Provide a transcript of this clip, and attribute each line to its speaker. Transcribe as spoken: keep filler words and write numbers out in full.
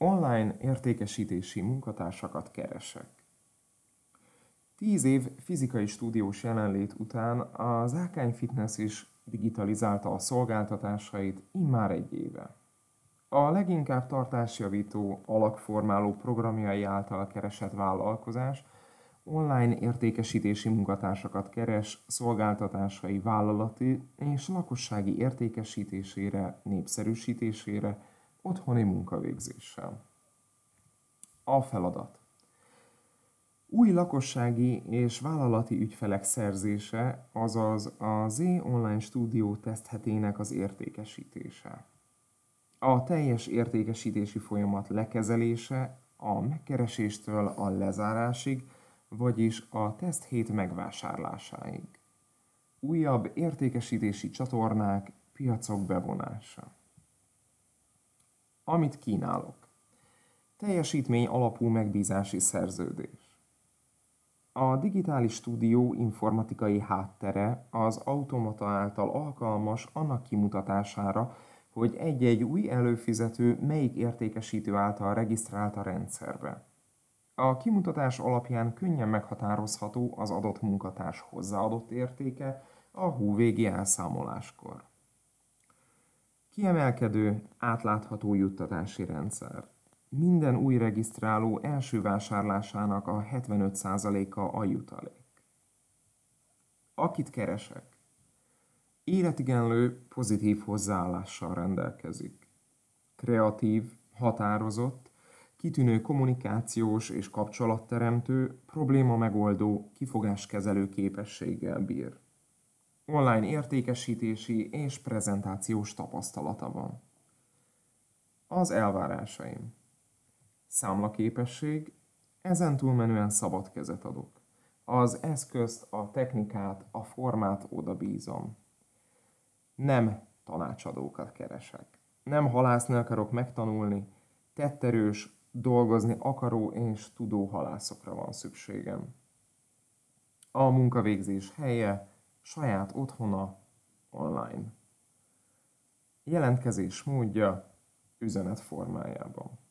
Speaker 1: Online értékesítési munkatársakat keresek. Tíz év fizikai stúdiós jelenlét után az Ákány Fitness is digitalizálta a szolgáltatásait immár egy éve. A leginkább tartásjavító, alakformáló programjai által keresett vállalkozás online értékesítési munkatársakat keres szolgáltatásai vállalati és lakossági értékesítésére, népszerűsítésére, otthoni munkavégzéssel. A feladat. Új lakossági és vállalati ügyfelek szerzése, azaz a Z Online Studio teszthetének az értékesítése. A teljes értékesítési folyamat lekezelése a megkereséstől a lezárásig, vagyis a teszthét megvásárlásáig. Újabb értékesítési csatornák, piacok bevonása. Amit kínálok. Teljesítmény alapú megbízási szerződés. A digitális stúdió informatikai háttere az automata által alkalmas annak kimutatására, hogy egy-egy új előfizető melyik értékesítő által regisztrált a rendszerbe. A kimutatás alapján könnyen meghatározható az adott munkatárs hozzáadott értéke a hóvégi elszámoláskor. Kiemelkedő, átlátható juttatási rendszer. Minden új regisztráló első vásárlásának a hetvenöt százaléka a jutalék. Akit keresek. Életigenlő, pozitív hozzáállással rendelkezik. Kreatív, határozott, kitűnő kommunikációs és kapcsolatteremtő, probléma megoldó, kifogáskezelő képességgel bír. Online értékesítési és prezentációs tapasztalata van. Az elvárásaim. Számlaképesség, ezen túlmenően szabad kezet adok. Az eszközt, a technikát, a formát oda bízom. Nem tanácsadókat keresek. Nem halászni akarok megtanulni, tetterős, dolgozni akaró és tudó halászokra van szükségem. A munkavégzés helye, saját otthona, online. Jelentkezés módja, üzenet formájában.